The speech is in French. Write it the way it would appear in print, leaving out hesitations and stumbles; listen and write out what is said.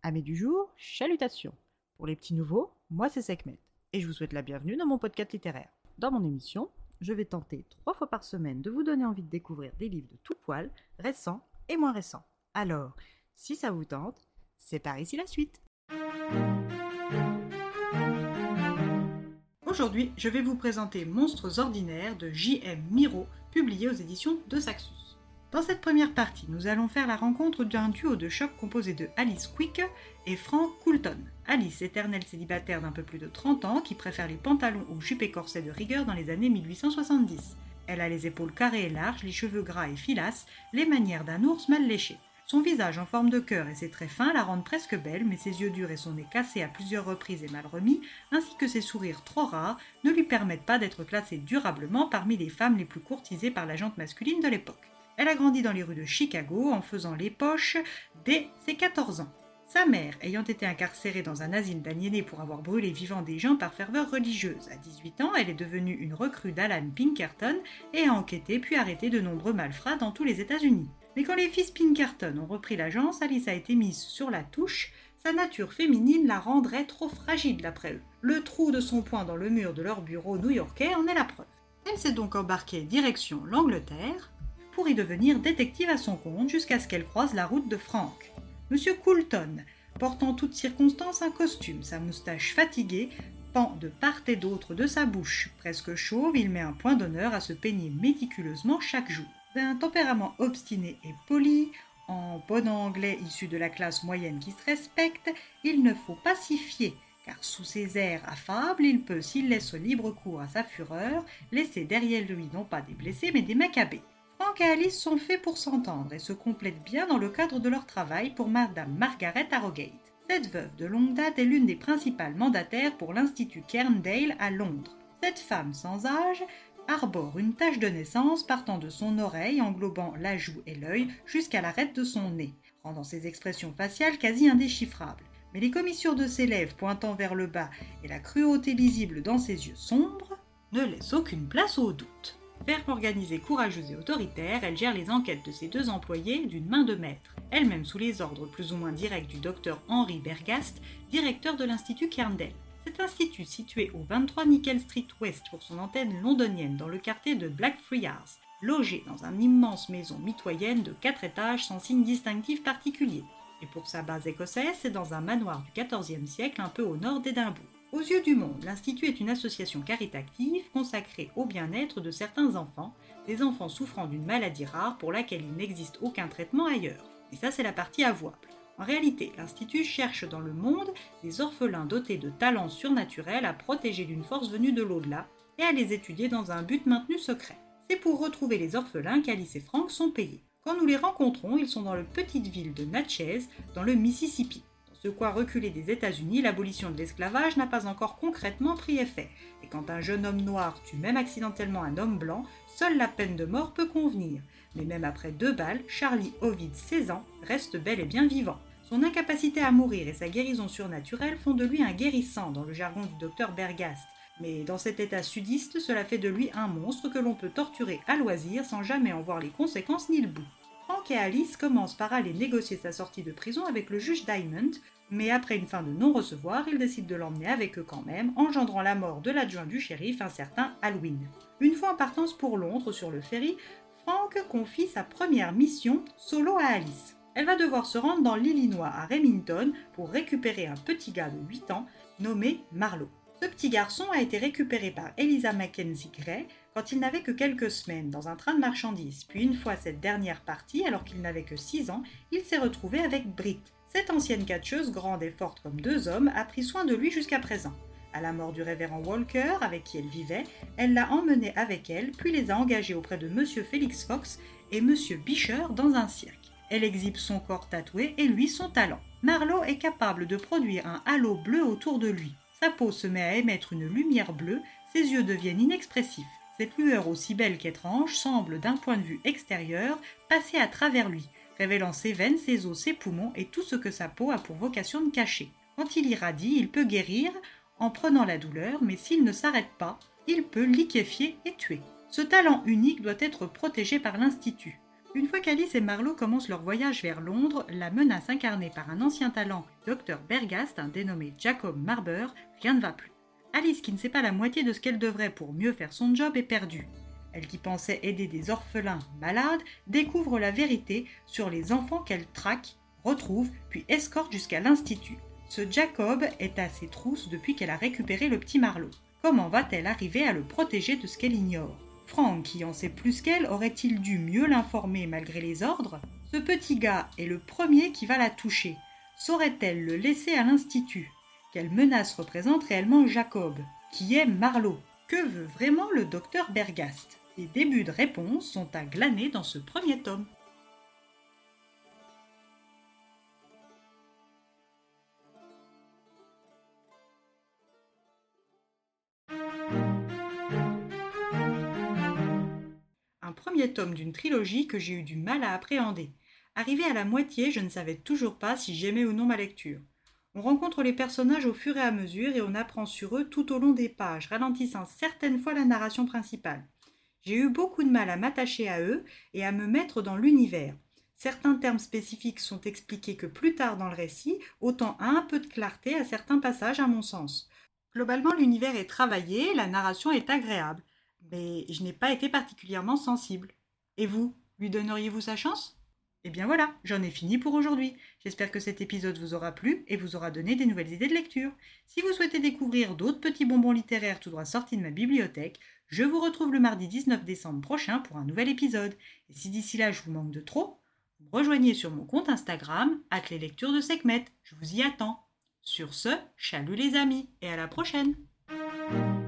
Amis du jour, chalutations. Pour les petits nouveaux, moi c'est Sekhmet et je vous souhaite la bienvenue dans mon podcast littéraire. Dans mon émission, je vais tenter 3 fois par semaine de vous donner envie de découvrir des livres de tout poil, récents et moins récents. Alors, si ça vous tente, c'est par ici la suite. Aujourd'hui, je vais vous présenter Monstres ordinaires de J.M. Miro, publié aux éditions de Saxus. Dans cette première partie, nous allons faire la rencontre d'un duo de choc composé de Alice Quick et Frank Coulton. Alice, éternelle célibataire d'un peu plus de 30 ans, qui préfère les pantalons aux jupes et corsets de rigueur dans les années 1870. Elle a les épaules carrées et larges, les cheveux gras et filasses, les manières d'un ours mal léché. Son visage en forme de cœur et ses traits fins la rendent presque belle, mais ses yeux durs et son nez cassé à plusieurs reprises et mal remis, ainsi que ses sourires trop rares, ne lui permettent pas d'être classée durablement parmi les femmes les plus courtisées par la gente masculine de l'époque. Elle a grandi dans les rues de Chicago en faisant les poches dès ses 14 ans. Sa mère, ayant été incarcérée dans un asile d'aliénés pour avoir brûlé vivant des gens par ferveur religieuse. À 18 ans, elle est devenue une recrue d'Alan Pinkerton et a enquêté puis arrêté de nombreux malfrats dans tous les États-Unis. Mais quand les fils Pinkerton ont repris l'agence, Alice a été mise sur la touche. Sa nature féminine la rendrait trop fragile d'après eux. Le trou de son poing dans le mur de leur bureau new-yorkais en est la preuve. Elle s'est donc embarquée direction l'Angleterre pour y devenir détective à son compte jusqu'à ce qu'elle croise la route de Frank. Monsieur Coulton porte en toutes circonstances un costume, sa moustache fatiguée pend de part et d'autre de sa bouche. Presque chauve, il met un point d'honneur à se peigner méticuleusement chaque jour. D'un tempérament obstiné et poli, en bon anglais issu de la classe moyenne qui se respecte, il ne faut pas s'y fier, car sous ses airs affables, il peut, s'il laisse libre cours à sa fureur, laisser derrière lui non pas des blessés mais des macabées. Frank et Alice sont faits pour s'entendre et se complètent bien dans le cadre de leur travail pour Madame Margaret Harrogate. Cette veuve de longue date est l'une des principales mandataires pour l'Institut Cairndale à Londres. Cette femme sans âge arbore une tache de naissance partant de son oreille, englobant la joue et l'œil jusqu'à l'arête de son nez, rendant ses expressions faciales quasi indéchiffrables. Mais les commissures de ses lèvres pointant vers le bas et la cruauté lisible dans ses yeux sombres ne laissent aucune place au doute. Ferme, organisée, courageuse et autoritaire, elle gère les enquêtes de ses 2 employés d'une main de maître, elle-même sous les ordres plus ou moins directs du docteur Henry Bergast, directeur de l'Institut Cairndale. Cet institut, situé au 23 Nickel Street West pour son antenne londonienne dans le quartier de Blackfriars, logé dans une immense maison mitoyenne de 4 étages sans signe distinctif particulier. Et pour sa base écossaise, c'est dans un manoir du XIVe siècle un peu au nord d'Édimbourg. Aux yeux du monde, l'Institut est une association caritative consacrée au bien-être de certains enfants, des enfants souffrant d'une maladie rare pour laquelle il n'existe aucun traitement ailleurs. Et ça, c'est la partie avouable. En réalité, l'Institut cherche dans le monde des orphelins dotés de talents surnaturels à protéger d'une force venue de l'au-delà et à les étudier dans un but maintenu secret. C'est pour retrouver les orphelins qu'Alice et Frank sont payés. Quand nous les rencontrons, ils sont dans la petite ville de Natchez, dans le Mississippi. De quoi reculer des États-Unis, l'abolition de l'esclavage n'a pas encore concrètement pris effet. Et quand un jeune homme noir tue même accidentellement un homme blanc, seule la peine de mort peut convenir. Mais même après 2 balles, Charlie Ovid, 16 ans, reste bel et bien vivant. Son incapacité à mourir et sa guérison surnaturelle font de lui un guérissant dans le jargon du docteur Bergast. Mais dans cet état sudiste, cela fait de lui un monstre que l'on peut torturer à loisir sans jamais en voir les conséquences ni le bout. Frank et Alice commencent par aller négocier sa sortie de prison avec le juge Diamond, mais après une fin de non-recevoir, ils décident de l'emmener avec eux quand même, engendrant la mort de l'adjoint du shérif, un certain Alwyn. Une fois en partance pour Londres sur le ferry, Frank confie sa première mission solo à Alice. Elle va devoir se rendre dans l'Illinois à Remington pour récupérer un petit gars de 8 ans nommé Marlowe. Ce petit garçon a été récupéré par Eliza Mackenzie Gray quand il n'avait que quelques semaines dans un train de marchandises. Puis une fois cette dernière partie, alors qu'il n'avait que 6 ans, il s'est retrouvé avec Britt. Cette ancienne catcheuse, grande et forte comme 2 hommes, a pris soin de lui jusqu'à présent. À la mort du révérend Walker, avec qui elle vivait, elle l'a emmené avec elle, puis les a engagés auprès de Monsieur Felix Fox et Monsieur Bisher dans un cirque. Elle exhibe son corps tatoué et lui son talent. Marlowe est capable de produire un halo bleu autour de lui. Sa peau se met à émettre une lumière bleue, ses yeux deviennent inexpressifs. Cette lueur aussi belle qu'étrange semble, d'un point de vue extérieur, passer à travers lui, révélant ses veines, ses os, ses poumons et tout ce que sa peau a pour vocation de cacher. Quand il irradie, il peut guérir en prenant la douleur, mais s'il ne s'arrête pas, il peut liquéfier et tuer. Ce talent unique doit être protégé par l'Institut. Une fois qu'Alice et Marlowe commencent leur voyage vers Londres, la menace incarnée par un ancien talent, Dr Bergast, un dénommé Jacob Marber, rien ne va plus. Alice, qui ne sait pas la moitié de ce qu'elle devrait pour mieux faire son job, est perdue. Elle qui pensait aider des orphelins malades découvre la vérité sur les enfants qu'elle traque, retrouve, puis escorte jusqu'à l'institut. Ce Jacob est à ses trousses depuis qu'elle a récupéré le petit Marlowe. Comment va-t-elle arriver à le protéger de ce qu'elle ignore ? Frank, qui en sait plus qu'elle, aurait-il dû mieux l'informer malgré les ordres ? Ce petit gars est le premier qui va la toucher. Saurait-elle le laisser à l'institut ? Quelle menace représente réellement Jacob ? Qui est Marlowe ? Que veut vraiment le docteur Bergast ? Les débuts de réponse sont à glaner dans ce premier tome. Un premier tome d'une trilogie que j'ai eu du mal à appréhender. Arrivé à la moitié, je ne savais toujours pas si j'aimais ou non ma lecture. On rencontre les personnages au fur et à mesure et on apprend sur eux tout au long des pages, ralentissant certaines fois la narration principale. J'ai eu beaucoup de mal à m'attacher à eux et à me mettre dans l'univers. Certains termes spécifiques sont expliqués que plus tard dans le récit, autant un peu de clarté à certains passages à mon sens. Globalement, l'univers est travaillé, la narration est agréable, mais je n'ai pas été particulièrement sensible. Et vous, lui donneriez-vous sa chance ? Eh bien voilà, j'en ai fini pour aujourd'hui. J'espère que cet épisode vous aura plu et vous aura donné des nouvelles idées de lecture. Si vous souhaitez découvrir d'autres petits bonbons littéraires tout droit sortis de ma bibliothèque, je vous retrouve le mardi 19 décembre prochain pour un nouvel épisode. Et si d'ici là je vous manque de trop, vous me rejoignez sur mon compte Instagram, @leslecturesdeSekhmet. Je vous y attends. Sur ce, chalut les amis et à la prochaine!